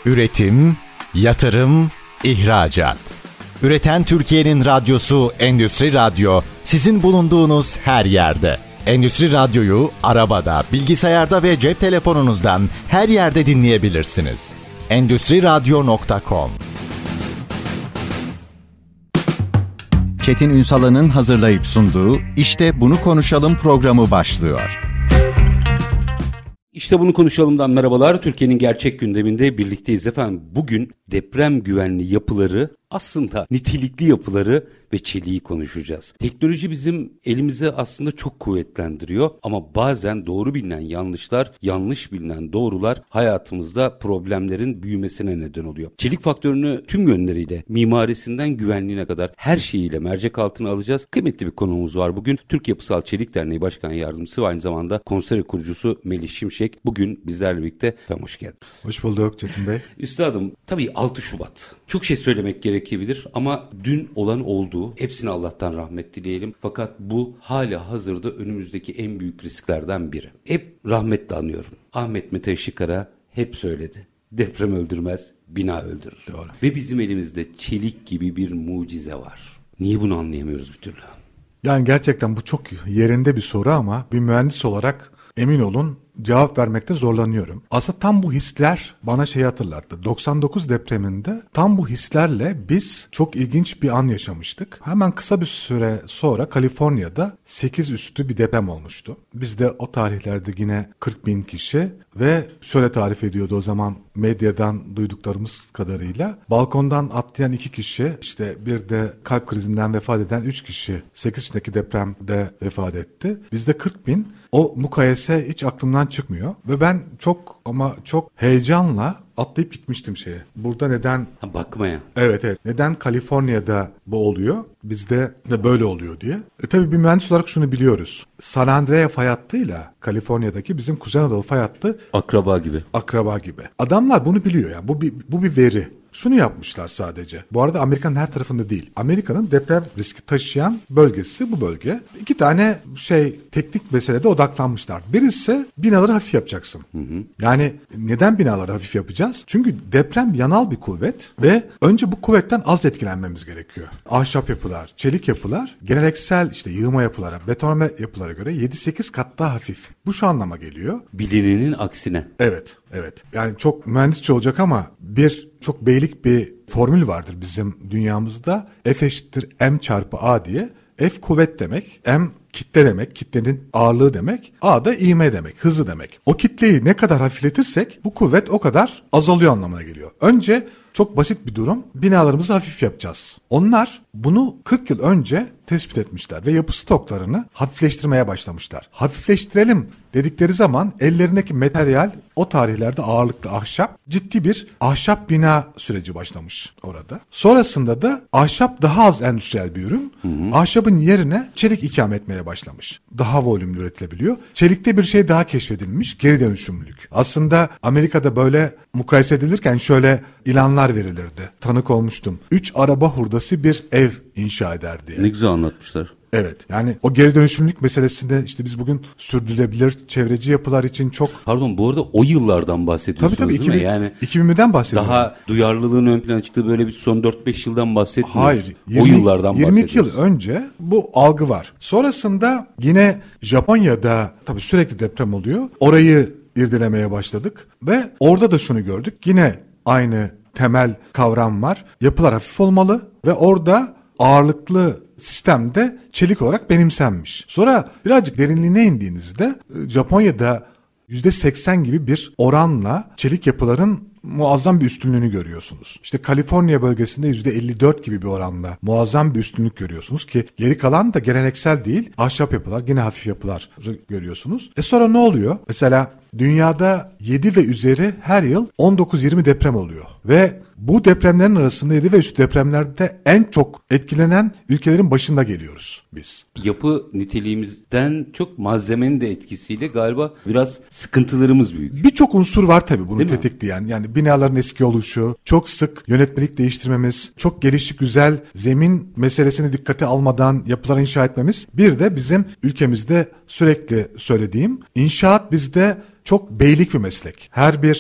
Üretim, yatırım, ihracat. Üreten Türkiye'nin radyosu Endüstri Radyo, sizin bulunduğunuz her yerde. Endüstri Radyo'yu arabada, bilgisayarda ve cep telefonunuzdan her yerde dinleyebilirsiniz. Endüstriradyo.com. Çetin Ünsal'ın hazırlayıp sunduğu İşte Bunu Konuşalım programı başlıyor. İşte Bunu Konuşalım'dan merhabalar. Türkiye'nin gerçek gündeminde birlikteyiz efendim. Bugün deprem güvenli yapıları, aslında nitelikli yapıları ve çeliği konuşacağız. Teknoloji bizim elimizi aslında çok kuvvetlendiriyor ama bazen doğru bilinen yanlışlar, yanlış bilinen doğrular hayatımızda problemlerin büyümesine neden oluyor. Çelik faktörünü tüm yönleriyle, mimarisinden güvenliğine kadar her şeyiyle mercek altına alacağız. Kıymetli bir konuğumuz var bugün. Türk Yapısal Çelik Derneği Başkan Yardımcısı ve aynı zamanda konsey kurucusu Melih Şimşek. Bugün bizlerle birlikte. Efendim hoş geldiniz. Hoş bulduk Çetin Bey. Üstadım, tabii 6 Şubat. Çok şey söylemek gerekebilir ama dün olan oldu. Hepsine Allah'tan rahmet dileyelim. Fakat bu hala hazırda önümüzdeki en büyük risklerden biri. Hep rahmetle anıyorum. Ahmet Mete Işıkara hep söyledi. Deprem öldürmez, bina öldürür. Doğru. Ve bizim elimizde çelik gibi bir mucize var. Niye bunu anlayamıyoruz bir türlü? Yani gerçekten bu çok yerinde bir soru ama bir mühendis olarak emin olun cevap vermekte zorlanıyorum. Aslında tam bu hisler bana şeyi hatırlattı. 99 depreminde tam bu hislerle biz çok ilginç bir an yaşamıştık. Hemen kısa bir süre sonra Kaliforniya'da 8 üstü bir deprem olmuştu. Biz de o tarihlerde yine 40.000 kişi ve şöyle tarif ediyordu o zaman medyadan duyduklarımız kadarıyla. Balkondan atlayan 2 kişi, işte bir de kalp krizinden vefat eden 3 kişi 8 yaşındaki depremde vefat etti. Bizde 40.000. O mukayese hiç aklımdan çıkmıyor ve ben çok heyecanla atlayıp gitmiştim şeye. Burada neden... Bakmaya. Evet. Neden Kaliforniya'da bu oluyor? Bizde de böyle oluyor diye. Tabii bir mühendis olarak şunu biliyoruz. San Andreas fay hattıyla Kaliforniya'daki bizim Kuzey Anadolu fay hattı akraba gibi. Adamlar bunu biliyor yani. Bu bir veri. Şunu yapmışlar sadece. Bu arada Amerika'nın her tarafında değil. Amerika'nın deprem riski taşıyan bölgesi bu bölge. 2 tane teknik meselede odaklanmışlar. Birisi binaları hafif yapacaksın. Yani neden binaları hafif yapacağız? Çünkü deprem yanal bir kuvvet ve önce bu kuvvetten az etkilenmemiz gerekiyor. Ahşap yapılar, çelik yapılar, geleneksel yığma yapılara, betonarme yapılara göre 7-8 kat daha hafif. Bu şu anlama geliyor. Bilinenin aksine. Evet. Yani çok mühendisçe olacak ama çok beylik bir formül vardır bizim dünyamızda. F eşittir M çarpı A diye. F kuvvet demek, M kitle demek, kitlenin ağırlığı demek, A da ivme demek, hızı demek. O kitleyi ne kadar hafifletirsek bu kuvvet o kadar azalıyor anlamına geliyor. Önce çok basit bir durum, binalarımızı hafif yapacağız. Onlar bunu 40 yıl önce tespit etmişler ve yapı stoklarını hafifleştirmeye başlamışlar. Hafifleştirelim dedikleri zaman ellerindeki materyal o tarihlerde ağırlıklı ahşap, ciddi bir ahşap bina süreci başlamış orada. Sonrasında da ahşap daha az endüstriyel bir ürün. Ahşabın yerine çelik ikame etmeye başlamış. Daha volümlü üretilebiliyor. Çelikte bir şey daha keşfedilmiş, geri dönüşümlülük. Aslında Amerika'da böyle mukayese edilirken şöyle ilanlar verilirdi. Tanık olmuştum. 3 araba hurdası bir ev inşa eder diye. Ne güzel anlatmışlar. Evet, yani o geri dönüşümlülük meselesinde biz bugün sürdürülebilir çevreci yapılar için çok... Pardon, bu arada o yıllardan bahsediyorsunuz tabii, değil mi? Yani 2000'den bahsediyoruz. Daha duyarlılığın ön plana çıktığı böyle bir son 4-5 yıldan bahsetmiyoruz. Hayır, o yıllardan 22 yıl önce bu algı var. Sonrasında yine Japonya'da tabii sürekli deprem oluyor. Orayı irdelemeye başladık ve orada da şunu gördük. Yine aynı temel kavram var. Yapılar hafif olmalı ve orada ağırlıklı sistemde çelik olarak benimsenmiş. Sonra birazcık derinliğine indiğinizde Japonya'da %80 gibi bir oranla çelik yapıların muazzam bir üstünlüğünü görüyorsunuz. Kaliforniya bölgesinde %54 gibi bir oranla muazzam bir üstünlük görüyorsunuz ki geri kalan da geleneksel değil, ahşap yapılar, yine hafif yapılar görüyorsunuz. Sonra ne oluyor? Mesela dünyada 7 ve üzeri her yıl 19-20 deprem oluyor ve bu depremlerin arasında 7 ve üstü depremlerde en çok etkilenen ülkelerin başında geliyoruz biz. Yapı niteliğimizden çok malzemenin de etkisiyle galiba biraz sıkıntılarımız büyük. Birçok unsur var tabii bunu tetikleyen. Yani binaların eski oluşu, çok sık yönetmelik değiştirmemiz, çok gelişik güzel zemin meselesini dikkate almadan yapılar inşa etmemiz. Bir de bizim ülkemizde sürekli söylediğim, inşaat bizde çok beylik bir meslek. Her bir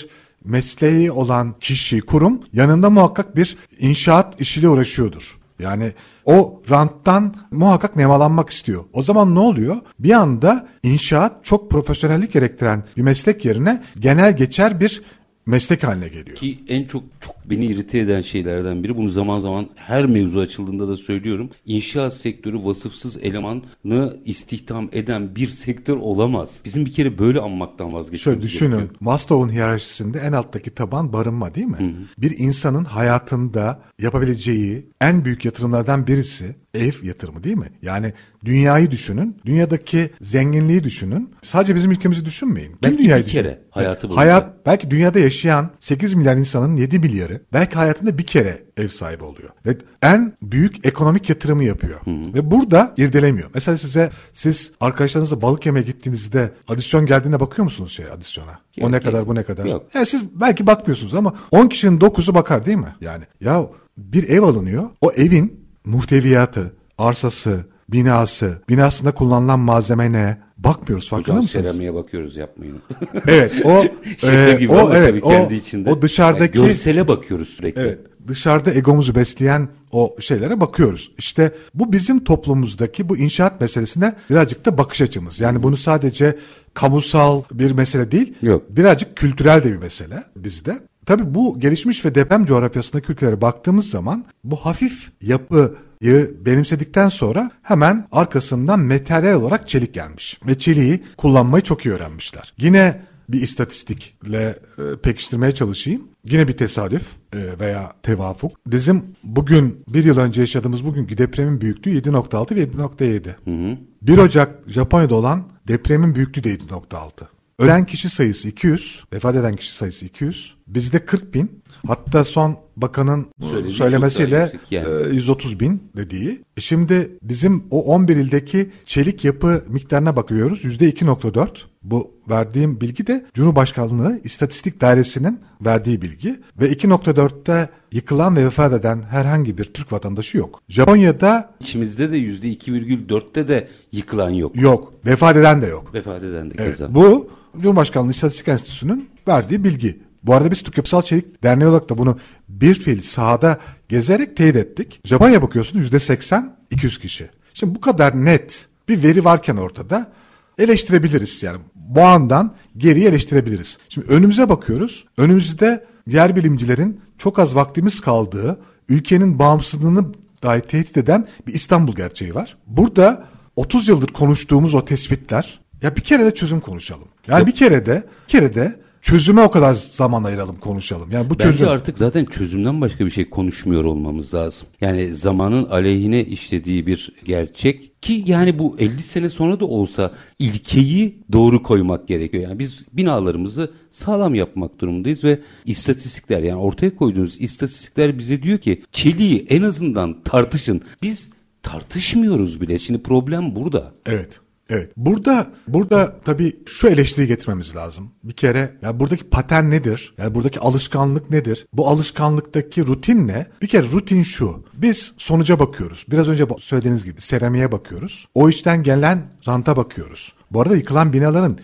mesleği olan kişi, kurum yanında muhakkak bir inşaat işiyle uğraşıyordur. Yani o ranttan muhakkak nemalanmak istiyor. O zaman ne oluyor? Bir anda inşaat çok profesyonellik gerektiren bir meslek yerine genel geçer bir meslek haline geliyor. Ki en çok beni irite eden şeylerden biri, bunu zaman zaman her mevzu açıldığında da söylüyorum. İnşaat sektörü vasıfsız elemanı istihdam eden bir sektör olamaz. Bizim bir kere böyle anmaktan vazgeçmemiz Şöyle düşünün, gerekiyor. Maslow'un hiyerarşisinde en alttaki taban barınma, değil mi? Hı hı. Bir insanın hayatında yapabileceği en büyük yatırımlardan birisi ev yatırımı, değil mi? Yani dünyayı düşünün, dünyadaki zenginliği düşünün. Sadece bizim ülkemizi düşünmeyin. Belki dünyayı bir kere düşünün. hayatı boyunca. Belki dünyada yaşayan 8 milyar insanın 7 milyarı belki hayatında bir kere ev sahibi oluyor. Ve en büyük ekonomik yatırımı yapıyor. Hı-hı. Ve burada irdelemiyor. Mesela siz arkadaşlarınızla balık yemeye gittiğinizde adisyon geldiğine bakıyor musunuz adisyona? Yok, o ne kadar, bu ne kadar? Yok. Yani siz belki bakmıyorsunuz ama 10 kişinin 9'u bakar, değil mi? Yani ya bir ev alınıyor. O evin muhteviyatı, arsası, binasında kullanılan malzeme ne? Bakmıyoruz, farkında mısınız? Seramiğe bakıyoruz, yapmayın. Evet, o dışarıdaki yani görsele bakıyoruz sürekli. Evet, dışarıda egomuzu besleyen o şeylere bakıyoruz. İşte bu bizim toplumumuzdaki bu inşaat meselesine birazcık da bakış açımız. Yani bunu sadece kamusal bir mesele değil, birazcık kültürel de bir mesele bizde. Tabii bu gelişmiş ve deprem coğrafyasındaki ülkelere baktığımız zaman bu hafif yapıyı benimsedikten sonra hemen arkasından materyal olarak çelik gelmiş. Ve çeliği kullanmayı çok iyi öğrenmişler. Yine bir istatistikle pekiştirmeye çalışayım. Yine bir tesadüf veya tevafuk. Bizim bir yıl önce yaşadığımız bugünkü depremin büyüklüğü 7.6 ve 7.7. 1 Ocak Japonya'da olan depremin büyüklüğü de 7.6. Ölen kişi sayısı 200, vefat eden kişi sayısı 200. Bizde 40 bin. Hatta son bakanın söylemesiyle 130 bin dediği. Şimdi bizim o 11 ildeki çelik yapı miktarına bakıyoruz. %2.4. Bu verdiğim bilgi de Cumhurbaşkanlığı İstatistik Dairesi'nin verdiği bilgi. Ve 2.4'te yıkılan ve vefat eden herhangi bir Türk vatandaşı yok. Japonya'da İçimizde de %2.4'te de yıkılan yok. Yok. Vefat eden de yok. Vefat eden de keza. Evet, bu Cumhurbaşkanlığı İstatistik Enstitüsü'nün verdiği bilgi. Bu arada biz Türk Yapısal Çelik Derneği olarak da bunu bir fiil sahada gezerek teyit ettik. Japonya bakıyorsun %80, 200 kişi. Şimdi bu kadar net bir veri varken ortada eleştirebiliriz yani. Bu andan geriye eleştirebiliriz. Şimdi önümüze bakıyoruz. Önümüzde yer bilimcilerin çok az vaktimiz kaldığı, ülkenin bağımsızlığını dahi tehdit eden bir İstanbul gerçeği var. Burada 30 yıldır konuştuğumuz o tespitler, ya bir kere de çözüm konuşalım. Yani bir kere de çözüme o kadar zaman ayıralım, konuşalım. Yani bu çözüm. Bence artık zaten çözümden başka bir şey konuşmuyor olmamız lazım. Yani zamanın aleyhine işlediği bir gerçek ki yani bu 50 sene sonra da olsa ilkeyi doğru koymak gerekiyor. Yani biz binalarımızı sağlam yapmak durumundayız ve istatistikler, yani ortaya koyduğunuz istatistikler bize diyor ki çeliği en azından tartışın. Biz tartışmıyoruz bile. Şimdi problem burada. Evet. Evet. Burada tabii şu eleştiriyi getirmemiz lazım. Bir kere ya buradaki patern nedir? Yani buradaki alışkanlık nedir? Bu alışkanlıktaki rutin ne? Bir kere rutin şu. Biz sonuca bakıyoruz. Biraz önce söylediğiniz gibi seramiğe bakıyoruz. O işten gelen ranta bakıyoruz. Bu arada yıkılan binaların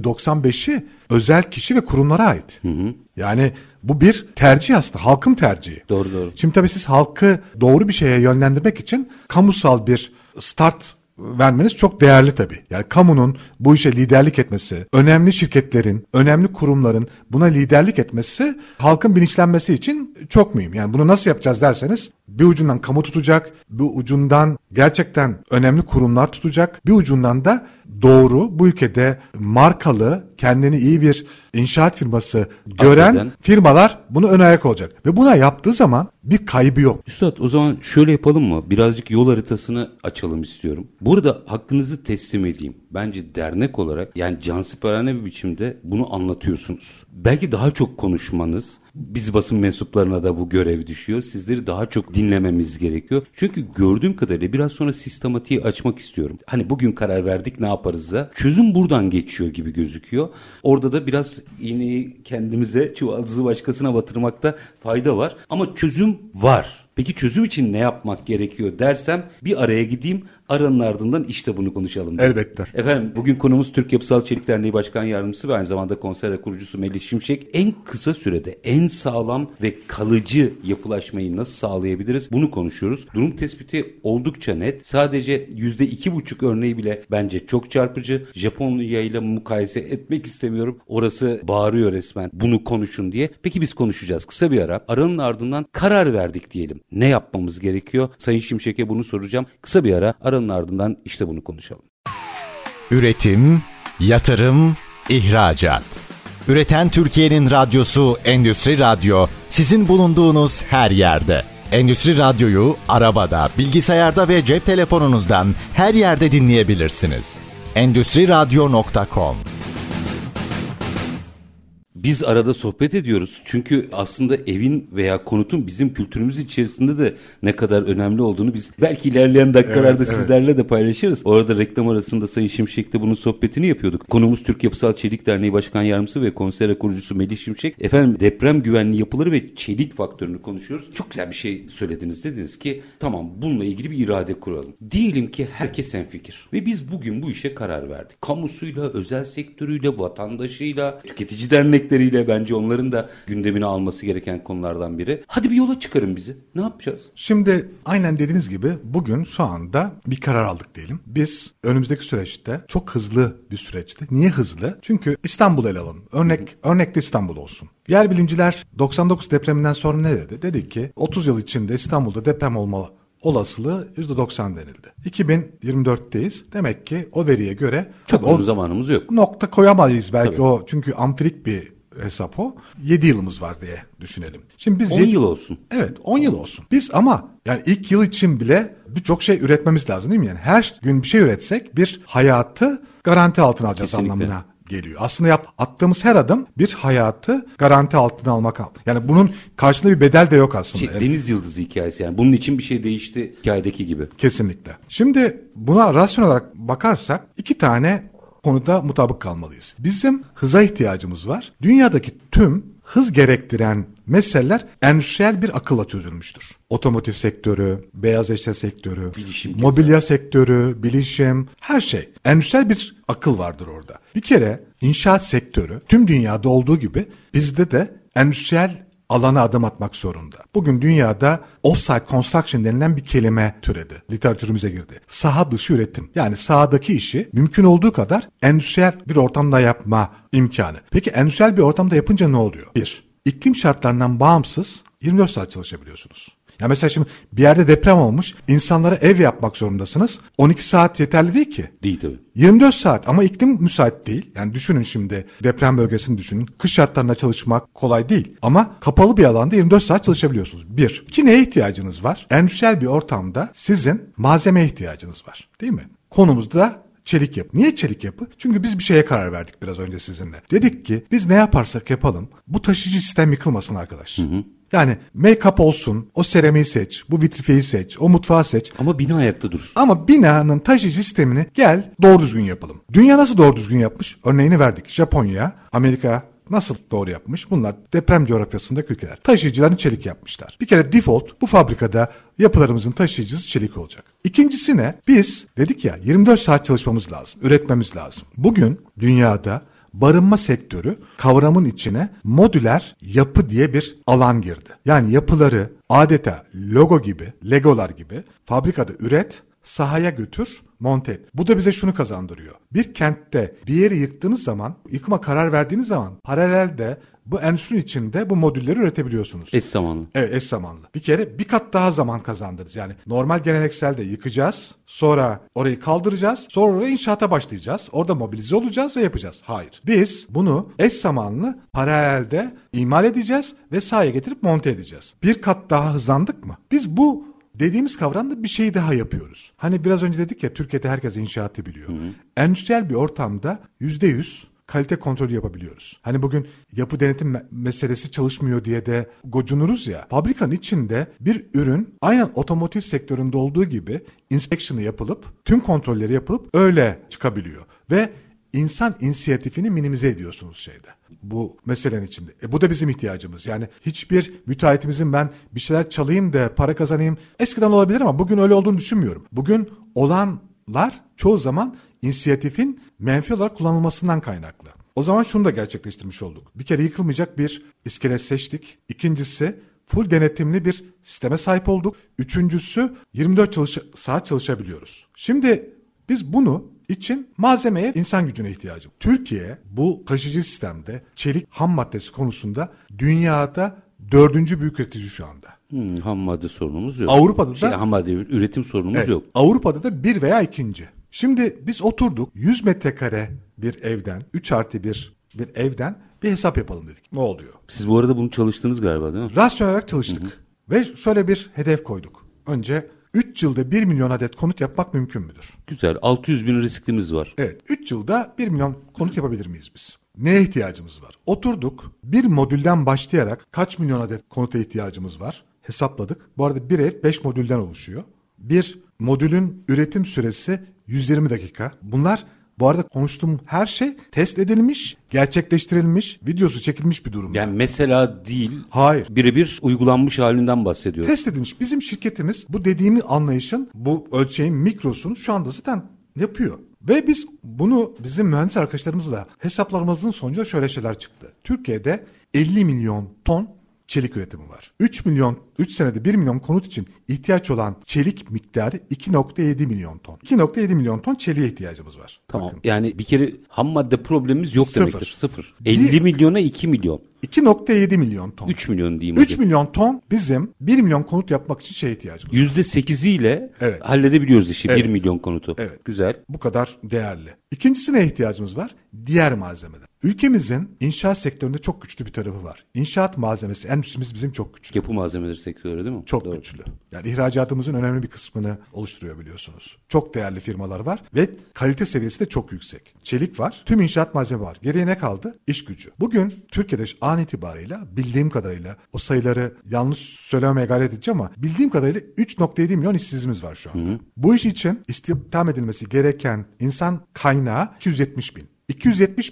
%95'i özel kişi ve kurumlara ait. Yani bu bir tercih aslında. Halkın tercihi. Doğru. Şimdi tabii siz halkı doğru bir şeye yönlendirmek için kamusal bir start vermeniz çok değerli tabii. Yani kamunun bu işe liderlik etmesi, önemli şirketlerin, önemli kurumların buna liderlik etmesi halkın bilinçlenmesi için çok mühim. Yani bunu nasıl yapacağız derseniz bir ucundan kamu tutacak, bir ucundan gerçekten önemli kurumlar tutacak, bir ucundan da doğru bu ülkede markalı, kendini iyi bir inşaat firması gören firmalar bunu ön ayak olacak. Ve buna yaptığı zaman bir kaybı yok. Üstad, o zaman şöyle yapalım mı? Birazcık yol haritasını açalım istiyorum. Burada hakkınızı teslim edeyim. Bence dernek olarak yani cansiperane bir biçimde bunu anlatıyorsunuz. Belki daha çok konuşmanız, biz basın mensuplarına da bu görev düşüyor. Sizleri daha çok dinlememiz gerekiyor. Çünkü gördüğüm kadarıyla biraz sonra sistematiği açmak istiyorum. Hani bugün karar verdik, ne yaparız da çözüm buradan geçiyor gibi gözüküyor. Orada da biraz iğneyi kendimize, çuvaldızı başkasına batırmakta fayda var. Ama çözüm var. Peki çözüm için ne yapmak gerekiyor dersem bir araya gideyim. Aranın ardından işte bunu konuşalım. Elbette. Efendim bugün konumuz Türk Yapısal Çelik Derneği Başkan Yardımcısı ve aynı zamanda konsere kurucusu Melih Şimşek. En kısa sürede en sağlam ve kalıcı yapılaşmayı nasıl sağlayabiliriz? Bunu konuşuyoruz. Durum tespiti oldukça net. Sadece %2,5 örneği bile bence çok çarpıcı. Japonya ile mukayese etmek istemiyorum. Orası bağırıyor resmen bunu konuşun diye. Peki biz konuşacağız. Kısa bir ara. Aranın ardından karar verdik diyelim. Ne yapmamız gerekiyor? Sayın Şimşek'e bunu soracağım. Kısa bir ara. Aranın ardından işte bunu konuşalım. Üretim, yatırım, ihracat. Üreten Türkiye'nin radyosu Endüstri Radyo sizin bulunduğunuz her yerde. Endüstri Radyo'yu arabada, bilgisayarda ve cep telefonunuzdan her yerde dinleyebilirsiniz. Endüstriradyo.com. Biz arada sohbet ediyoruz. Çünkü aslında evin veya konutun bizim kültürümüz içerisinde de ne kadar önemli olduğunu biz belki ilerleyen dakikalarda sizlerle de paylaşırız. Orada reklam arasında Sayın Şimşek'te bunun sohbetini yapıyorduk. Konumuz Türk Yapısal Çelik Derneği Başkan Yardımcısı ve konsere kurucusu Melih Şimşek. Efendim deprem güvenli yapıları ve çelik faktörünü konuşuyoruz. Çok güzel bir şey söylediniz. Dediniz ki tamam bununla ilgili bir irade kuralım. Diyelim ki herkes hemfikir ve biz bugün bu işe karar verdik. Kamusuyla, özel sektörüyle, vatandaşıyla, tüketici dernekleriyle bence onların da gündemine alması gereken konulardan biri. Hadi bir yola çıkarın bizi. Ne yapacağız? Şimdi aynen dediğiniz gibi bugün şu anda bir karar aldık diyelim. Biz önümüzdeki süreçte çok hızlı bir süreçti. Niye hızlı? Çünkü İstanbul'u ele alalım. Örnekte İstanbul olsun. Yer bilimciler 99 depreminden sonra ne dedi? Dedi ki 30 yıl içinde İstanbul'da deprem olmalı. Olasılığı %90 denildi. 2024'teyiz. Demek ki o veriye göre çok uzun zamanımız yok. Nokta koyamayız belki Tabii. o çünkü ampirik bir hesap o. 7 yılımız var diye düşünelim. Şimdi biz 10 yıl olsun. Evet 10 yıl olsun. Biz ama yani ilk yıl için bile birçok şey üretmemiz lazım değil mi? Yani her gün bir şey üretsek bir hayatı garanti altına alacağız. Kesinlikle. Anlamına geliyor. Aslında attığımız her adım bir hayatı garanti altına almak. Yani bunun karşılığında bir bedel de yok aslında. Deniz yıldızı hikayesi yani. Bunun için bir şey değişti hikayedeki gibi. Kesinlikle. Şimdi buna rasyonel olarak bakarsak 2 tane konuda mutabık kalmalıyız. Bizim hıza ihtiyacımız var. Dünyadaki tüm hız gerektiren meseleler endüstriyel bir akılla çözülmüştür. Otomotiv sektörü, beyaz eşya sektörü, mobilya sektörü, bilişim, her şey. Endüstriyel bir akıl vardır orada. Bir kere inşaat sektörü tüm dünyada olduğu gibi bizde de endüstriyel alana adım atmak zorunda. Bugün dünyada off-site construction denilen bir kelime türedi. Literatürümüze girdi. Saha dışı üretim. Yani sahadaki işi mümkün olduğu kadar endüstriyel bir ortamda yapma imkanı. Peki endüstriyel bir ortamda yapınca ne oluyor? 1. İklim şartlarından bağımsız 24 saat çalışabiliyorsunuz. Ya mesela şimdi bir yerde deprem olmuş, insanlara ev yapmak zorundasınız. 12 saat yeterli değil ki. Değil tabii. 24 saat ama iklim müsait değil. Yani düşünün şimdi deprem bölgesini düşünün. Kış şartlarında çalışmak kolay değil. Ama kapalı bir alanda 24 saat çalışabiliyorsunuz. 1. 2 neye ihtiyacınız var? Endüstriyel bir ortamda sizin malzemeye ihtiyacınız var. Değil mi? Konumuzda çelik yapı. Niye çelik yapı? Çünkü biz bir şeye karar verdik biraz önce sizinle. Dedik ki biz ne yaparsak yapalım bu taşıyıcı sistem yıkılmasın arkadaş. Yani make-up olsun, o seramiği seç, bu vitrifeyi seç, o mutfağı seç. Ama bina ayakta dursun. Ama binanın taşıyıcı sistemini gel doğru düzgün yapalım. Dünya nasıl doğru düzgün yapmış? Örneğini verdik. Japonya, Amerika nasıl doğru yapmış? Bunlar deprem coğrafyasındaki ülkeler. Taşıyıcılarını çelik yapmışlar. Bir kere default bu fabrikada yapılarımızın taşıyıcısı çelik olacak. İkincisi ne? Biz dedik ya 24 saat çalışmamız lazım, üretmemiz lazım. Bugün dünyada barınma sektörü kavramın içine modüler yapı diye bir alan girdi. Yani yapıları adeta logo gibi, legolar gibi fabrikada üret, sahaya götür, monte et. Bu da bize şunu kazandırıyor. Bir kentte bir yeri yıktığınız zaman, yıkıma karar verdiğiniz zaman paralelde bu endüstrinin içinde bu modülleri üretebiliyorsunuz. Eş zamanlı. Evet, eş zamanlı. Bir kere bir kat daha zaman kazandırırız. Yani normal gelenekselde yıkacağız, sonra orayı kaldıracağız, sonra oraya inşaata başlayacağız. Orada mobilize olacağız ve yapacağız. Hayır. Biz bunu eş zamanlı paralelde imal edeceğiz ve sahaya getirip monte edeceğiz. Bir kat daha hızlandık mı? Biz bu dediğimiz kavramda bir şey daha yapıyoruz. Hani biraz önce dedik ya Türkiye'de herkes inşaatı biliyor. Endüstriyel bir ortamda %100 kalite kontrolü yapabiliyoruz. Hani bugün yapı denetim meselesi çalışmıyor diye de gocunuruz ya. Fabrikanın içinde bir ürün aynen otomotiv sektöründe olduğu gibi inspection'ı yapılıp tüm kontrolleri yapılıp öyle çıkabiliyor. Ve insan inisiyatifini minimize ediyorsunuz şeyde. Bu meselenin içinde. Bu da bizim ihtiyacımız. Yani hiçbir müteahhitimizin ben bir şeyler çalayım da para kazanayım. Eskiden olabilir ama bugün öyle olduğunu düşünmüyorum. Bugün olanlar çoğu zaman inisiyatifin menfi olarak kullanılmasından kaynaklı. O zaman şunu da gerçekleştirmiş olduk. Bir kere yıkılmayacak bir iskelet seçtik. İkincisi full denetimli bir sisteme sahip olduk. Üçüncüsü 24 saat çalışabiliyoruz. Şimdi biz bunu için malzemeye, insan gücüne ihtiyacım. Türkiye bu taşıyıcı sistemde çelik ham maddesi konusunda dünyada 4. büyük üretici şu anda. Ham madde sorunumuz yok. Avrupa'da da ham madde üretim sorunumuz evet, yok. Avrupa'da da 1 veya 2. Şimdi biz oturduk 100 metrekare bir evden 3+1 bir evden bir hesap yapalım dedik. Ne oluyor? Siz bu arada bunu çalıştınız galiba değil mi? Rasyonel olarak çalıştık. Ve şöyle bir hedef koyduk. Önce 3 yılda 1 milyon adet konut yapmak mümkün müdür? Güzel. 600 bin risklimiz var. Evet. 3 yılda 1 milyon konut yapabilir miyiz biz? Neye ihtiyacımız var? Oturduk. Bir modülden başlayarak kaç milyon adet konuta ihtiyacımız var? Hesapladık. Bu arada bir ev 5 modülden oluşuyor. Bir modülün üretim süresi 120 dakika. Bunlar bu arada konuştuğum her şey test edilmiş, gerçekleştirilmiş, videosu çekilmiş bir durumda. Yani mesela değil. Hayır. Birebir uygulanmış halinden bahsediyoruz. Test edilmiş. Bizim şirketimiz bu dediğimi anlayışın, bu ölçeğin mikrosunu şu anda zaten yapıyor. Ve biz bunu bizim mühendis arkadaşlarımızla hesaplarımızın sonucu şöyle şeyler çıktı. Türkiye'de 50 milyon ton çelik üretimi var. 3 senede 1 milyon konut için ihtiyaç olan çelik miktarı 2.7 milyon ton. 2.7 milyon ton çeliğe ihtiyacımız var. Tamam. Bakın. Yani bir kere ham madde problemimiz yok Sıfır. demektir. Sıfır. 50 milyona 2 milyon. 2.7 milyon ton. 3 milyon diyeyim. 3 milyon ton bizim 1 milyon konut yapmak için şeye ihtiyacımız var. %8'iyle Evet. halledebiliyoruz işi. Evet. 1 milyon konutu. Evet. Güzel. Bu kadar değerli. İkincisi neye ihtiyacımız var? Diğer malzemeler. Ülkemizin inşaat sektöründe çok güçlü bir tarafı var. İnşaat malzemesi, endüstrimiz bizim çok güçlü. Yapı malzemeleri sektörü değil mi? Çok Doğru. güçlü. Yani ihracatımızın önemli bir kısmını oluşturuyor biliyorsunuz. Çok değerli firmalar var ve kalite seviyesi de çok yüksek. Çelik var, tüm inşaat malzeme var. Geriye ne kaldı? İş gücü. Bugün Türkiye'de an itibarıyla bildiğim kadarıyla o sayıları yanlış söylememeye gayret edeceğim ama bildiğim kadarıyla 3.7 milyon işsizimiz var şu anda. Bu iş için istihdam edilmesi gereken insan kaynağı 270 bin. 270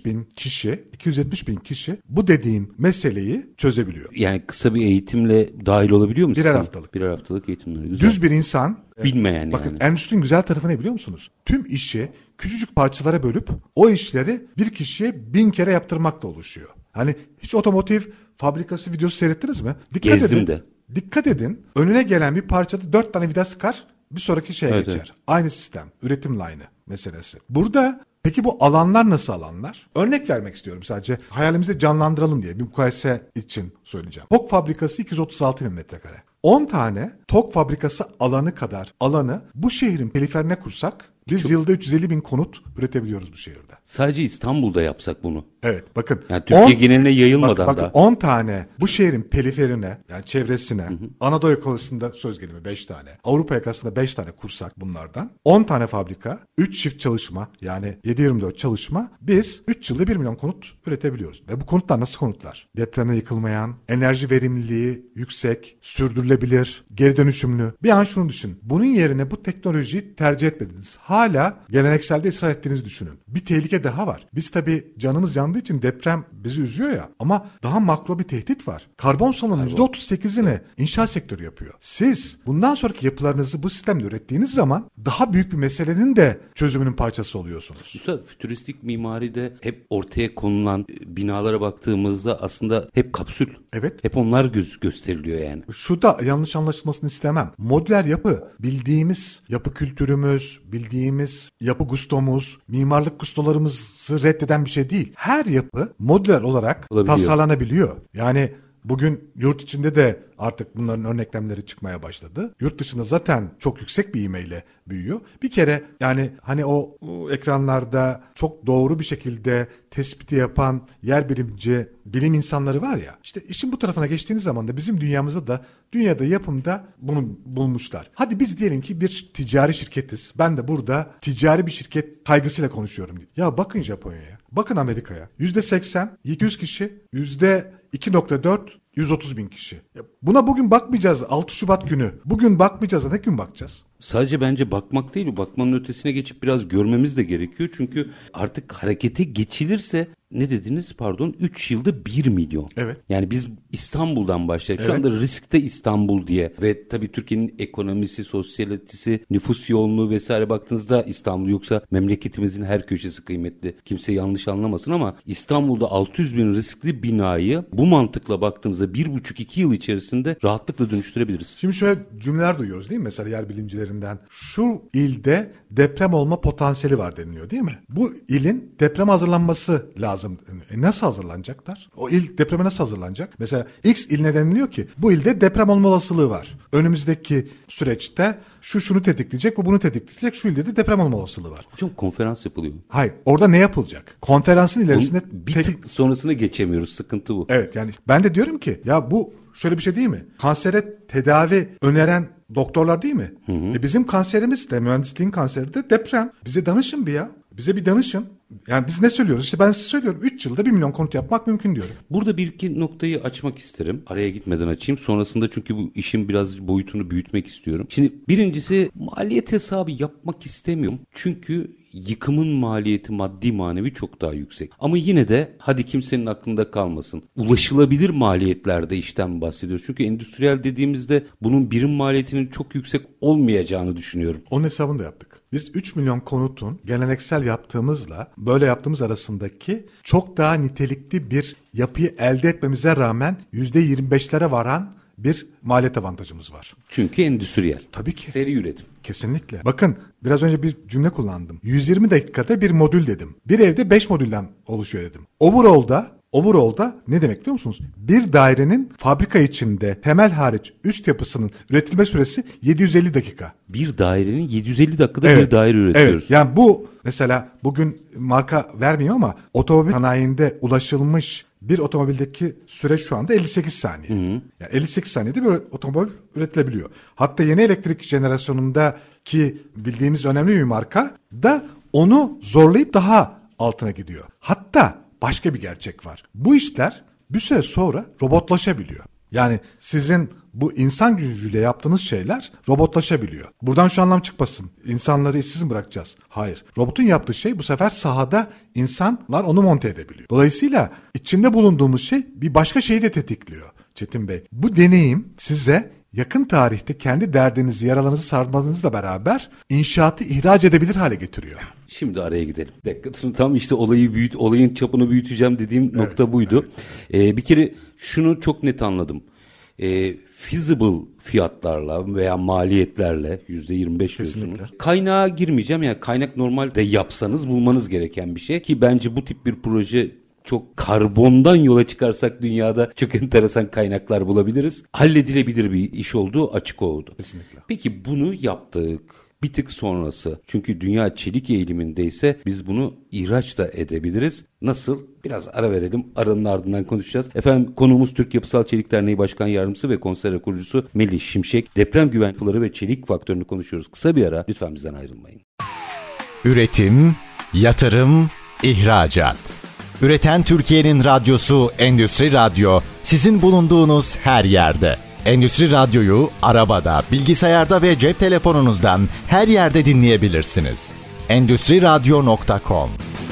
bin kişi bu dediğim meseleyi çözebiliyor. Yani kısa bir eğitimle dahil olabiliyor musun? Birer haftalık. Birer haftalık eğitimleri. Güzel. Düz bir insan. Bilmeyen Bakın yani. endüstrinin güzel tarafı ne biliyor musunuz? Tüm işi küçücük parçalara bölüp o işleri bir kişiye 1000 kere yaptırmakla oluşuyor. Hani hiç otomotiv fabrikası videosu seyrettiniz mi? Gezdim de. Dikkat edin. Önüne gelen bir parçada 4 tane vida sıkar, bir sonraki şeye Evet, geçer. evet. Aynı sistem. Üretim line'ı meselesi. Burada peki bu alanlar nasıl alanlar? Örnek vermek istiyorum sadece. Hayalimizde canlandıralım diye bir mukayese için söyleyeceğim. TOK fabrikası 236 bin metrekare. 10 tane TOK fabrikası alanı kadar alanı bu şehrin periferine kursak biz yılda 350 bin konut üretebiliyoruz bu şehirde. Sadece İstanbul'da yapsak bunu. Evet bakın. Yani Türkiye geneline yayılmadan bakın, da. 10 tane bu şehrin periferine yani çevresine Anadolu yakasında söz gelimi 5 tane. Avrupa yakasında 5 tane kursak bunlardan. 10 tane fabrika, 3 çift çalışma yani 7-24 çalışma biz 3 yılda 1 milyon konut üretebiliyoruz. Ve bu konutlar nasıl konutlar? Depreme yıkılmayan, enerji verimliliği yüksek, sürdürülebilir, geri dönüşümlü. Bir an şunu düşün. Bunun yerine bu teknolojiyi tercih etmediniz. Hala gelenekselde ısrar ettiğinizi düşünün. Bir tehlike daha var. Biz tabii canımız yandığı için deprem bizi üzüyor ya ama daha makro bir tehdit var. Karbon salınımının %38'ini inşaat sektörü yapıyor. Siz bundan sonraki yapılarınızı bu sistemle ürettiğiniz zaman daha büyük bir meselenin de çözümünün parçası oluyorsunuz. Üstad, fütüristik mimaride hep ortaya konulan binalara baktığımızda aslında hep kapsül. Evet. Hep onlar gösteriliyor yani. Şu da yanlış anlaşılmasını istemem. Modüler yapı bildiğimiz yapı kültürümüz, bildiğimiz yapı gustomuz, mimarlık gustolarımızı reddeden bir şey değil. Her yapı modüler olarak Olabiliyor. tasarlanabiliyor. Yani bugün yurt içinde de artık bunların örneklemleri çıkmaya başladı. Yurt dışında zaten çok yüksek bir ivmeyle büyüyor. Bir kere yani hani o ekranlarda çok doğru bir şekilde tespiti yapan yer bilimci, bilim insanları var ya. İşte işin bu tarafına geçtiğiniz zaman da bizim dünyamızda da dünyada yapımda bunu bulmuşlar. Hadi biz diyelim ki bir ticari şirketiz. Ben de burada ticari bir şirket kaygısıyla konuşuyorum. Ya bakın Japonya'ya, bakın Amerika'ya. %80, 200 kişi, %2.4, 130 bin kişi. Buna bugün bakmayacağız 6 Şubat günü. Bugün bakmayacağız da ne gün bakacağız? Sadece bence bakmak değil, bakmanın ötesine geçip biraz görmemiz de gerekiyor. Çünkü artık harekete geçilirse ne dediniz pardon 3 yılda 1 milyon. Evet. Yani biz İstanbul'dan başladık. Şu anda riskte İstanbul diye ve tabii Türkiye'nin ekonomisi, sosyalitesi, nüfus yoğunluğu vesaire baktığınızda İstanbul, yoksa memleketimizin her köşesi kıymetli. Kimse yanlış anlamasın ama İstanbul'da 600 bin riskli binayı bu mantıkla baktığımızda 1,5-2 yıl içerisinde rahatlıkla dönüştürebiliriz. Şimdi şöyle cümleler duyuyoruz değil mi? Mesela yer bilimcilerinden şu ilde deprem olma potansiyeli var deniliyor değil mi? Bu ilin deprem hazırlanması lazım. Nasıl hazırlanacaklar? O il depreme nasıl hazırlanacak? Mesela X iline deniliyor ki bu ilde deprem olma olasılığı var. Önümüzdeki süreçte şunu tetikleyecek, bu bunu tetikleyecek, şu ilde de deprem olma olasılığı var. Hocam konferans yapılıyor. Hayır. Orada ne yapılacak? Konferansın ilerisinde... Bir tık sonrasına geçemiyoruz. Sıkıntı bu. Evet, yani ben de diyorum ki ya bu şöyle bir şey değil mi? Kansere tedavi öneren doktorlar değil mi? Bizim kanserimiz de, mühendisliğin kanseri de deprem. Bize danışın bir ya. Bize bir danışın. Yani biz ne söylüyoruz? İşte ben size söylüyorum. 3 yılda 1 milyon konut yapmak mümkün diyorum. Burada bir iki noktayı açmak isterim. Araya gitmeden açayım. Sonrasında çünkü bu işin biraz boyutunu büyütmek istiyorum. Şimdi birincisi maliyet hesabı yapmak istemiyorum. Çünkü yıkımın maliyeti maddi manevi çok daha yüksek. Ama yine de hadi kimsenin aklında kalmasın. Ulaşılabilir maliyetlerde işten bahsediyoruz. Çünkü endüstriyel dediğimizde bunun birim maliyetinin çok yüksek olmayacağını düşünüyorum. Onun hesabını da yaptık. Biz 3 milyon konutun geleneksel yaptığımızla böyle yaptığımız arasındaki çok daha nitelikli bir yapıyı elde etmemize rağmen %25'lere varan bir maliyet avantajımız var. Çünkü endüstriyel. Tabii ki. Seri üretim. Kesinlikle. Bakın biraz önce bir cümle kullandım. 120 dakikada bir modül dedim. Bir evde 5 modülden oluşuyor dedim. Overall'da ne demek biliyor musunuz? Bir dairenin fabrika içinde temel hariç üst yapısının üretilme süresi 750 dakika. Bir dairenin 750 dakikada bir daire üretiyoruz. Evet. Yani bu mesela bugün marka vermeyeyim ama otomobil sanayinde ulaşılmış bir otomobildeki süre şu anda 58 saniye. Yani 58 saniyede bir otomobil üretilebiliyor. Hatta yeni elektrik jenerasyonundaki bildiğimiz önemli bir marka da onu zorlayıp daha altına gidiyor. Hatta başka bir gerçek var. Bu işler bir süre sonra robotlaşabiliyor. Yani sizin bu insan gücüyle yaptığınız şeyler robotlaşabiliyor. Buradan şu anlam çıkmasın. İnsanları işsiz mi bırakacağız? Hayır. Robotun yaptığı şey bu sefer sahada insanlar onu monte edebiliyor. Dolayısıyla içinde bulunduğumuz şey bir başka şeyi de tetikliyor Çetin Bey. Bu deneyim size yakın tarihte kendi derdinizi, yaralarınızı sarmanızla beraber inşaatı ihraç edebilir hale getiriyor. Şimdi araya gidelim. Tam işte olayın çapını büyüteceğim dediğim nokta buydu. Evet. Bir kere şunu çok net anladım. Feasible fiyatlarla veya maliyetlerle %25 diyorsunuz. Kaynağa girmeyeceğim. Yani kaynak normalde yapsanız bulmanız gereken bir şey ki bence bu tip bir proje çok karbondan yola çıkarsak dünyada çok enteresan kaynaklar bulabiliriz. Halledilebilir bir iş olduğu açık oldu. Kesinlikle. Peki bunu yaptık. Bir tık sonrası. Çünkü dünya çelik eğilimindeyse biz bunu ihraç da edebiliriz. Nasıl? Biraz ara verelim. Aranın ardından konuşacağız. Efendim konuğumuz Türk Yapısal Çelik Derneği Başkan Yardımcısı ve konsere kurucusu Melih Şimşek. Deprem güvenlikleri ve çelik faktörünü konuşuyoruz. Kısa bir ara. Lütfen bizden ayrılmayın. Üretim, yatırım, ihracat. Üreten Türkiye'nin radyosu Endüstri Radyo sizin bulunduğunuz her yerde. Endüstri Radyo'yu arabada, bilgisayarda ve cep telefonunuzdan her yerde dinleyebilirsiniz. Endüstriradyo.com.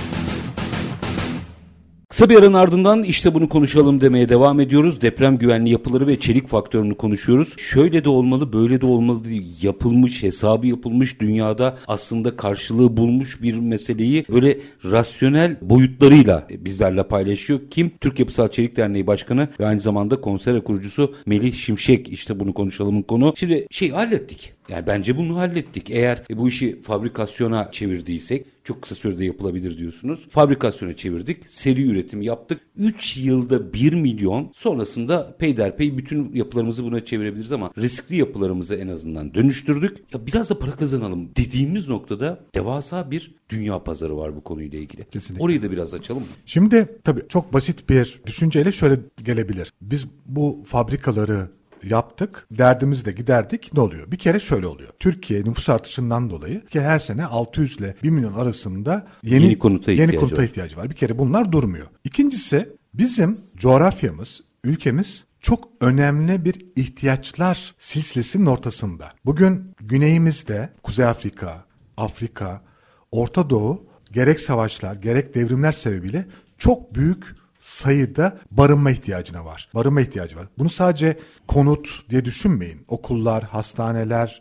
Kısa bir aranın ardından işte bunu konuşalım demeye devam ediyoruz. Deprem güvenli yapıları ve çelik faktörünü konuşuyoruz. Şöyle de olmalı, böyle de olmalı yapılmış, hesabı yapılmış, dünyada aslında karşılığı bulmuş bir meseleyi böyle rasyonel boyutlarıyla bizlerle paylaşıyor. Kim? Türk Yapısal Çelik Derneği Başkanı ve aynı zamanda konsere kurucusu Melih Şimşek. İşte bunu konuşalımın konu. Şimdi hallettik. Yani bence bunu hallettik. Eğer bu işi fabrikasyona çevirdiysek çok kısa sürede yapılabilir diyorsunuz. Fabrikasyona çevirdik. Seri üretim yaptık. 3 yılda 1 milyon sonrasında peyderpey bütün yapılarımızı buna çevirebiliriz ama riskli yapılarımızı en azından dönüştürdük. Ya biraz da para kazanalım dediğimiz noktada devasa bir dünya pazarı var bu konuyla ilgili. Kesinlikle. Orayı da biraz açalım mı? Şimdi tabii çok basit bir düşünceyle şöyle gelebilir. Biz bu fabrikaları yaptık, derdimizi de giderdik. Ne oluyor? Bir kere şöyle oluyor. Türkiye nüfus artışından dolayı ki her sene 600 ile 1 milyon arasında yeni konuta ihtiyacı var. Bir kere bunlar durmuyor. İkincisi bizim coğrafyamız, ülkemiz çok önemli bir ihtiyaçlar silsilesinin ortasında. Bugün güneyimizde Kuzey Afrika, Afrika, Orta Doğu gerek savaşlar gerek devrimler sebebiyle çok büyük sayıda barınma ihtiyacına var. Barınma ihtiyacı var. Bunu sadece konut diye düşünmeyin. Okullar, hastaneler,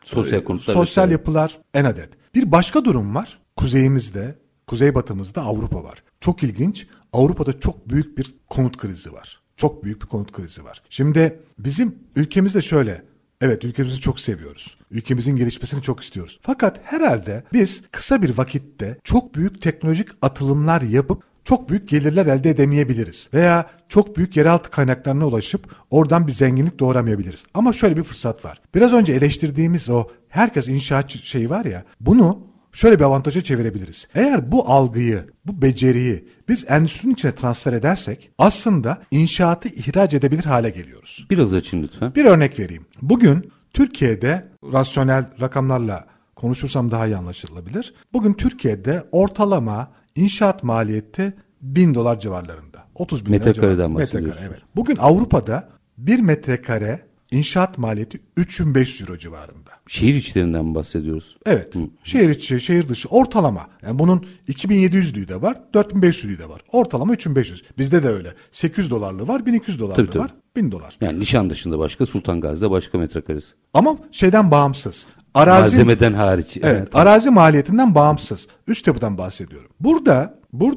sosyal yapılar en adet. Bir başka durum var. Kuzeyimizde, kuzeybatımızda Avrupa var. Çok ilginç. Avrupa'da çok büyük bir konut krizi var. Çok büyük bir konut krizi var. Şimdi bizim ülkemizde şöyle. Evet, ülkemizi çok seviyoruz. Ülkemizin gelişmesini çok istiyoruz. Fakat herhalde biz kısa bir vakitte çok büyük teknolojik atılımlar yapıp çok büyük gelirler elde edemeyebiliriz. Veya çok büyük yeraltı kaynaklarına ulaşıp oradan bir zenginlik doğuramayabiliriz. Ama şöyle bir fırsat var. Biraz önce eleştirdiğimiz o herkes inşaatçı şeyi var ya, bunu şöyle bir avantaja çevirebiliriz. Eğer bu algıyı, bu beceriyi biz endüstrinin içine transfer edersek aslında inşaatı ihraç edebilir hale geliyoruz. Biraz açın lütfen. Bir örnek vereyim. Bugün Türkiye'de rasyonel rakamlarla konuşursam daha iyi anlaşılabilir. Bugün Türkiye'de ortalama inşaat maliyeti $1000 civarlarında. 30 bin metrekareden bahsediyoruz. Metrekare, evet. Bugün Avrupa'da 1 metrekare inşaat maliyeti 3500 euro civarında. Şehir içlerinden mi bahsediyoruz? Evet. Şehir içi, şehir dışı ortalama. Yani bunun 2700'lüğü de var, 4500'lüğü de var. Ortalama 3500. Bizde de öyle. $800'lı var, $1200'lı tabii. var, $1000. Yani Nişantaşı'nda başka, Sultan Gazi'de başka metrekaresi. Ama şeyden bağımsız. Malzemeden hariç. Evet, arazi maliyetinden bağımsız. Üst yapıdan bahsediyorum. Burada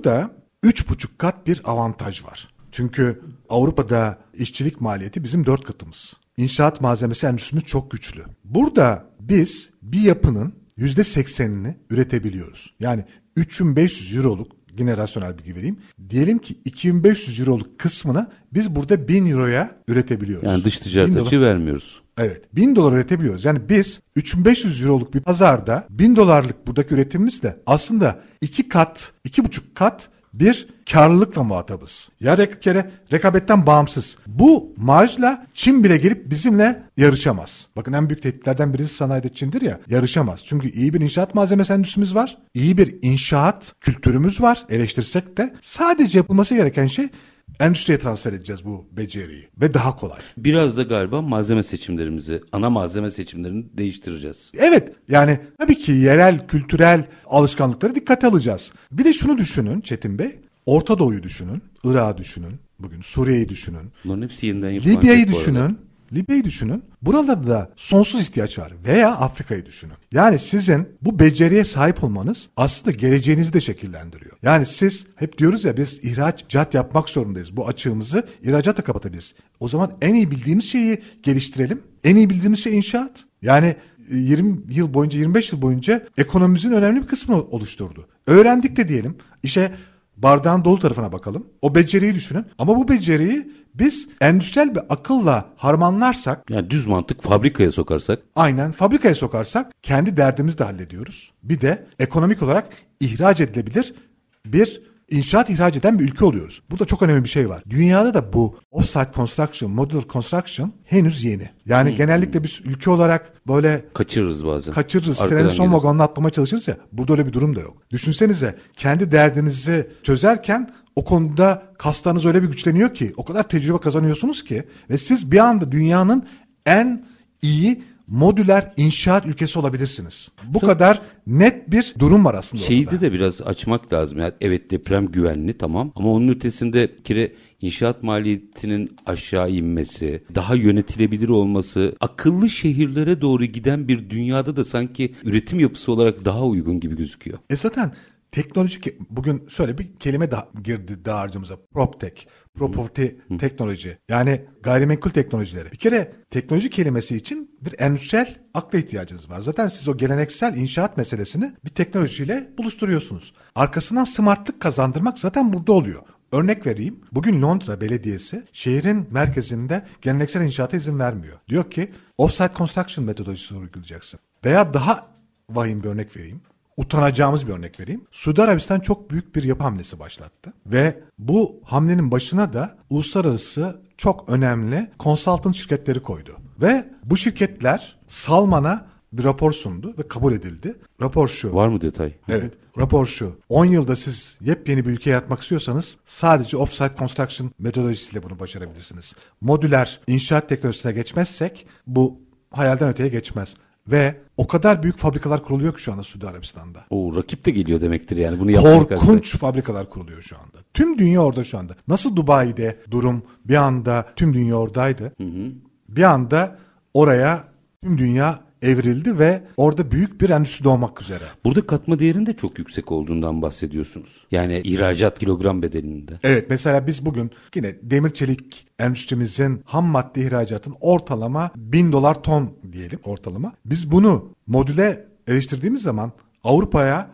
3,5 kat bir avantaj var. Çünkü Avrupa'da işçilik maliyeti bizim 4 katımız. İnşaat malzemesi endüstrimiz çok güçlü. Burada biz bir yapının %80'ini üretebiliyoruz. Yani 3500 euroluk, yine rasyonel bilgi vereyim. Diyelim ki 2500 euroluk kısmını biz burada 1000 euroya üretebiliyoruz. Yani dış ticaret açığı vermiyoruz. Evet, $1000 üretebiliyoruz. Yani biz 3500 euroluk bir pazarda $1000'lık buradaki üretimimizle aslında 2,5 kat bir karlılıkla muhatabız. Ya rekabetten bağımsız. Bu marjla Çin bile gelip bizimle yarışamaz. Bakın en büyük tehditlerden birisi sanayide Çin'dir ya. Yarışamaz. Çünkü iyi bir inşaat malzemesi endüstrimiz var. İyi bir inşaat kültürümüz var. Eleştirsek de sadece yapılması gereken şey endüstriye transfer edeceğiz bu beceriyi ve daha kolay. Biraz da galiba malzeme seçimlerimizi, ana malzeme seçimlerini değiştireceğiz. Evet, yani tabii ki yerel, kültürel alışkanlıkları dikkate alacağız. Bir de şunu düşünün Çetin Bey, Orta Doğu'yu düşünün, Irak'ı düşünün, bugün Suriye'yi düşünün, bunların hepsi yeniden yapılan. Libya'yı düşünün. Buralarda da sonsuz ihtiyaç var. Veya Afrika'yı düşünün. Yani sizin bu beceriye sahip olmanız aslında geleceğinizi de şekillendiriyor. Yani siz hep diyoruz ya, biz ihracat yapmak zorundayız. Bu açığımızı ihracatla kapatabiliriz. O zaman en iyi bildiğimiz şeyi geliştirelim. En iyi bildiğimiz şey inşaat. Yani 20 yıl boyunca, 25 yıl boyunca ekonomimizin önemli bir kısmını oluşturdu. Öğrendik de diyelim. İşte bardağın dolu tarafına bakalım. O beceriyi düşünün. Ama bu beceriyi biz endüstriyel bir akılla harmanlarsak, yani düz mantık fabrikaya sokarsak. Aynen, fabrikaya sokarsak kendi derdimizi de hallediyoruz. Bir de ekonomik olarak ihraç edilebilir bir inşaat ihraç eden bir ülke oluyoruz. Burada çok önemli bir şey var. Dünyada da bu off-site construction, modular construction henüz yeni. Yani genellikle biz ülke olarak böyle kaçırırız bazen. Trenin son vagonuna atlamaya çalışırız ya. Burada öyle bir durum da yok. Düşünsenize, kendi derdinizi çözerken o konuda kaslarınız öyle bir güçleniyor ki, o kadar tecrübe kazanıyorsunuz ki ve siz bir anda dünyanın en iyi modüler inşaat ülkesi olabilirsiniz. Bu kadar net bir durum var aslında. Şeyde de biraz açmak lazım. Yani evet, deprem güvenli, tamam, ama onun ötesinde bir kere inşaat maliyetinin aşağı inmesi, daha yönetilebilir olması, akıllı şehirlere doğru giden bir dünyada da sanki üretim yapısı olarak daha uygun gibi gözüküyor. Zaten teknolojik, bugün şöyle bir kelime daha girdi dağarcığımıza. PropTech, property teknoloji. Yani gayrimenkul teknolojileri. Bir kere teknoloji kelimesi için bir endüstriyel akla ihtiyacınız var. Zaten siz o geleneksel inşaat meselesini bir teknolojiyle buluşturuyorsunuz. Arkasından smartlık kazandırmak zaten burada oluyor. Örnek vereyim. Bugün Londra Belediyesi şehrin merkezinde geleneksel inşaata izin vermiyor. Diyor ki off-site construction metodolojisi uygulayacaksın. Veya daha vahim bir örnek vereyim. Utanacağımız bir örnek vereyim. Suudi Arabistan çok büyük bir yapı hamlesi başlattı. Ve bu hamlenin başına da uluslararası çok önemli consultant şirketleri koydu. Ve bu şirketler Salman'a bir rapor sundu ve kabul edildi. Rapor şu. Var mı detay? Evet. Rapor şu. 10 yılda siz yepyeni bir ülke yaratmak istiyorsanız sadece off-site construction metodolojisiyle bunu başarabilirsiniz. Modüler inşaat teknolojisine geçmezsek bu hayalden öteye geçmez. Ve o kadar büyük fabrikalar kuruluyor ki şu anda Suudi Arabistan'da. O rakip de geliyor demektir yani. Bunu yapmaya Korkunç fabrikalar kuruluyor şu anda. Tüm dünya orada şu anda. Nasıl Dubai'de durum bir anda tüm dünya oradaydı. Bir anda oraya tüm dünya evrildi ve orada büyük bir endüstri doğmak üzere. Burada katma değerin de çok yüksek olduğundan bahsediyorsunuz. Yani ihracat kilogram bedelinde. Evet, mesela biz bugün yine demir çelik endüstrimizin ham madde ihracatın ortalama $1.000 ton diyelim ortalama. Biz bunu modüle eleştirdiğimiz zaman Avrupa'ya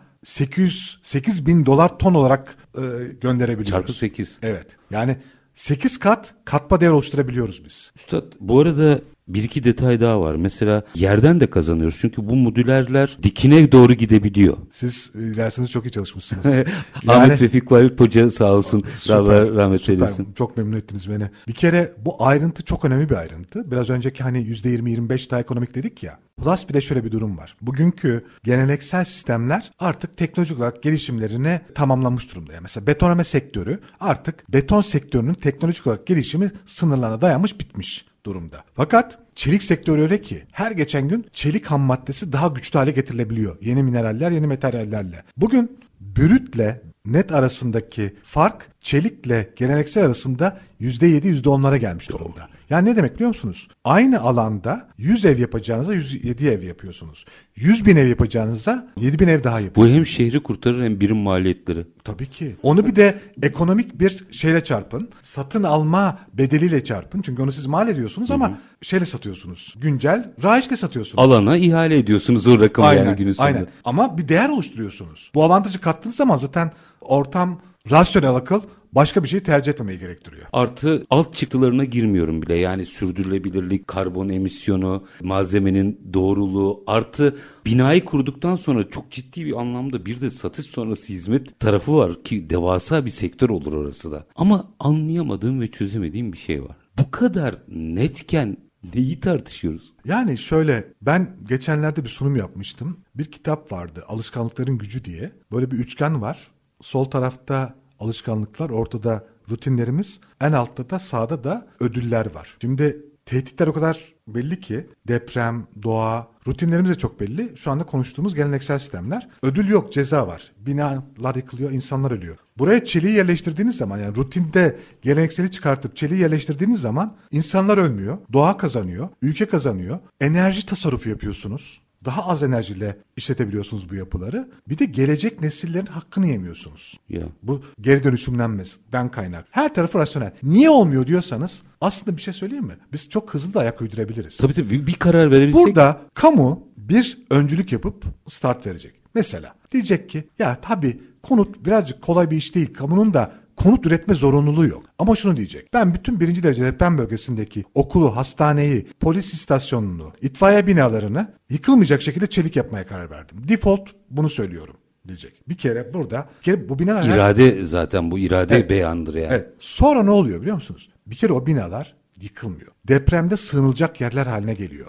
$8.000 ton olarak gönderebiliyoruz. Çarpı 8. Evet, yani 8 kat katma değer oluşturabiliyoruz biz. Üstad, bu arada bir iki detay daha var. Mesela yerden de kazanıyoruz. Çünkü bu modülerler dikine doğru gidebiliyor. Siz dersiniz çok iyi çalışmışsınız. Ahmet Vefik Varlık Hoca sağ olsun. Allah rahmet eylesin. Çok memnun ettiniz beni. Bir kere bu ayrıntı çok önemli bir ayrıntı. Biraz önceki hani %20-25 daha ekonomik dedik ya. Plus bir de şöyle bir durum var. Bugünkü geleneksel sistemler artık teknolojik olarak gelişimlerini tamamlamış durumda. Yani mesela betonarme sektörü artık beton sektörünün teknolojik olarak gelişimi sınırlarına dayanmış, bitmiş durumda. Fakat çelik sektörü öyle ki her geçen gün çelik ham maddesi daha güçlü hale getirilebiliyor. Yeni mineraller, yeni materyallerle. Bugün brütle net arasındaki fark çelikle geleneksel arasında %7, %10'lara gelmiş durumda. Yani ne demek biliyor musunuz? Aynı alanda 100 ev yapacağınıza 107 ev yapıyorsunuz. 100.000 ev yapacağınıza 7.000 ev daha yapıyorsunuz. Bu hem şehri kurtarır hem birim maliyetleri. Tabii ki. Onu bir de ekonomik bir şeyle çarpın. Satın alma bedeliyle çarpın. Çünkü onu siz mal ediyorsunuz ama şeyle satıyorsunuz. Güncel rayiçle satıyorsunuz. Alana ihale ediyorsunuz o rakamı yani günün sonunda. Aynen. Ama bir değer oluşturuyorsunuz. Bu avantajı kattığınız zaman zaten ortam rasyonel akıl başka bir şeyi tercih etmemeyi gerektiriyor. Artı alt çıktılarına girmiyorum bile. Yani sürdürülebilirlik, karbon emisyonu, malzemenin doğruluğu, artı binayı kurduktan sonra çok ciddi bir anlamda bir de satış sonrası hizmet tarafı var ki devasa bir sektör olur orası da. Ama anlayamadığım ve çözemediğim bir şey var. Bu kadar netken neyi tartışıyoruz? Yani şöyle, ben geçenlerde bir sunum yapmıştım. Bir kitap vardı, Alışkanlıkların Gücü diye. Böyle bir üçgen var. Sol tarafta alışkanlıklar, ortada rutinlerimiz, en altta da sağda da ödüller var. Şimdi tehditler o kadar belli ki, deprem, doğa, rutinlerimiz de çok belli. Şu anda konuştuğumuz geleneksel sistemler. Ödül yok, ceza var. Binalar yıkılıyor, insanlar ölüyor. Buraya çeliği yerleştirdiğiniz zaman, yani rutinde gelenekseli çıkartıp çeliği yerleştirdiğiniz zaman insanlar ölmüyor, doğa kazanıyor, ülke kazanıyor, enerji tasarrufu yapıyorsunuz. Daha az enerjiyle işletebiliyorsunuz bu yapıları. Bir de gelecek nesillerin hakkını yemiyorsunuz. Ya. Bu geri dönüşümlenmeden kaynak. Her tarafı rasyonel. Niye olmuyor diyorsanız aslında bir şey söyleyeyim mi? Biz çok hızlı da ayak uydurabiliriz. Tabii bir karar verebilsek. Burada kamu bir öncülük yapıp start verecek. Mesela diyecek ki ya tabii konut birazcık kolay bir iş değil. Kamunun da konut üretme zorunluluğu yok. Ama şunu diyecek. Ben bütün 1. derece deprem bölgesindeki okulu, hastaneyi, polis istasyonunu, itfaiye binalarını yıkılmayacak şekilde çelik yapmaya karar verdim. Default bunu söylüyorum diyecek. Bir kere bu binalar... İrade zaten bu irade Evet. beyanıdır yani. Evet. Sonra ne oluyor biliyor musunuz? Bir kere o binalar yıkılmıyor. Depremde sığınılacak yerler haline geliyor.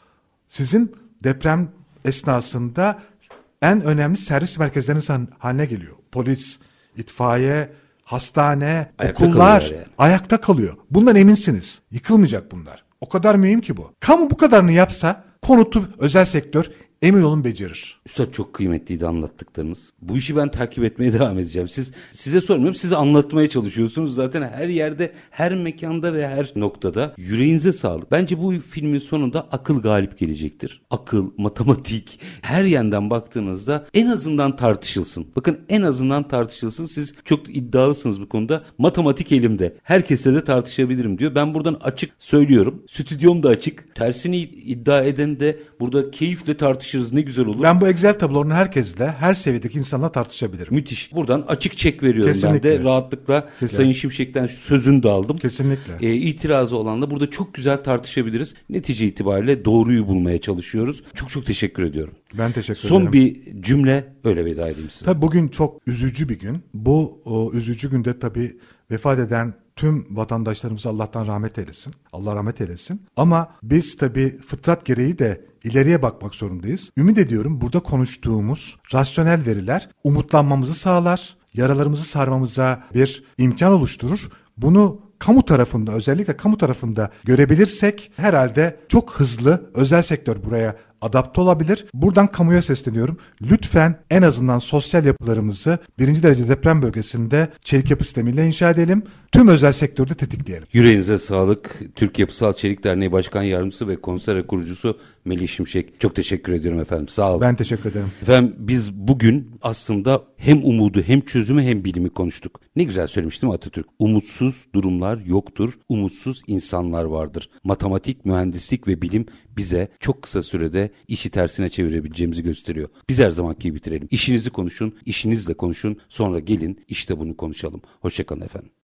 Sizin deprem esnasında en önemli servis merkezleriniz haline geliyor. Polis, itfaiye, hastane, Ayakta okullar kalıyorlar yani. ayakta kalıyor. Bundan eminsiniz. Yıkılmayacak bunlar. O kadar mühim ki bu. Kamu bu kadarını yapsa konutu özel sektör emin olun becerir. Üstad, çok kıymetliydi anlattıklarınız. Bu işi ben takip etmeye devam edeceğim. Size sormuyorum, size anlatmaya çalışıyorsunuz. Zaten her yerde, her mekanda ve her noktada. Yüreğinize sağlık. Bence bu filmin sonunda akıl galip gelecektir. Akıl, matematik, her yandan baktığınızda en azından tartışılsın. Bakın, en azından tartışılsın. Siz çok iddialısınız bu konuda. Matematik elimde. Herkesle de tartışabilirim diyor. Ben buradan açık söylüyorum. Stüdyom da açık. Tersini iddia eden de burada keyifle tartışırız. Ne güzel olur. Ben bu Excel tablonu herkesle, her seviyedeki insanla tartışabilirim. Müthiş. Buradan açık çek veriyorum. Kesinlikle. Ben de rahatlıkla. Sayın Şimşek'ten sözünü de aldım. Kesinlikle. İtirazı olanla burada çok güzel tartışabiliriz. Netice itibariyle doğruyu bulmaya çalışıyoruz. Çok çok teşekkür ediyorum. Ben teşekkür ederim. Son bir cümle, öyle veda edeyim size. Tabii bugün çok üzücü bir gün. Bu üzücü günde tabii vefat eden Tüm vatandaşlarımıza Allah'tan rahmet eylesin. Allah rahmet eylesin. Ama biz tabii fıtrat gereği de ileriye bakmak zorundayız. Ümit ediyorum burada konuştuğumuz rasyonel veriler umutlanmamızı sağlar, yaralarımızı sarmamıza bir imkan oluşturur. Bunu kamu tarafında, özellikle kamu tarafında görebilirsek herhalde çok hızlı özel sektör buraya adapte olabilir. Buradan kamuya sesleniyorum. Lütfen en azından sosyal yapılarımızı 1. derece deprem bölgesinde çelik yapı sistemiyle inşa edelim. Tüm özel sektörde tetikleyelim. Yüreğinize sağlık. Türk Yapısal Çelik Derneği Başkan Yardımcısı ve konsere kurucusu Melih Şimşek. Çok teşekkür ediyorum efendim. Sağ olun. Ben teşekkür ederim. Efendim biz bugün aslında hem umudu hem çözümü hem bilimi konuştuk. Ne güzel söylemiştim Atatürk. Umutsuz durumlar yoktur. Umutsuz insanlar vardır. Matematik, mühendislik ve bilim bize çok kısa sürede işi tersine çevirebileceğimizi gösteriyor. Biz her zamanki gibi bitirelim. İşinizi konuşun, işinizle konuşun. Sonra gelin işte bunu konuşalım. Hoşça kalın efendim.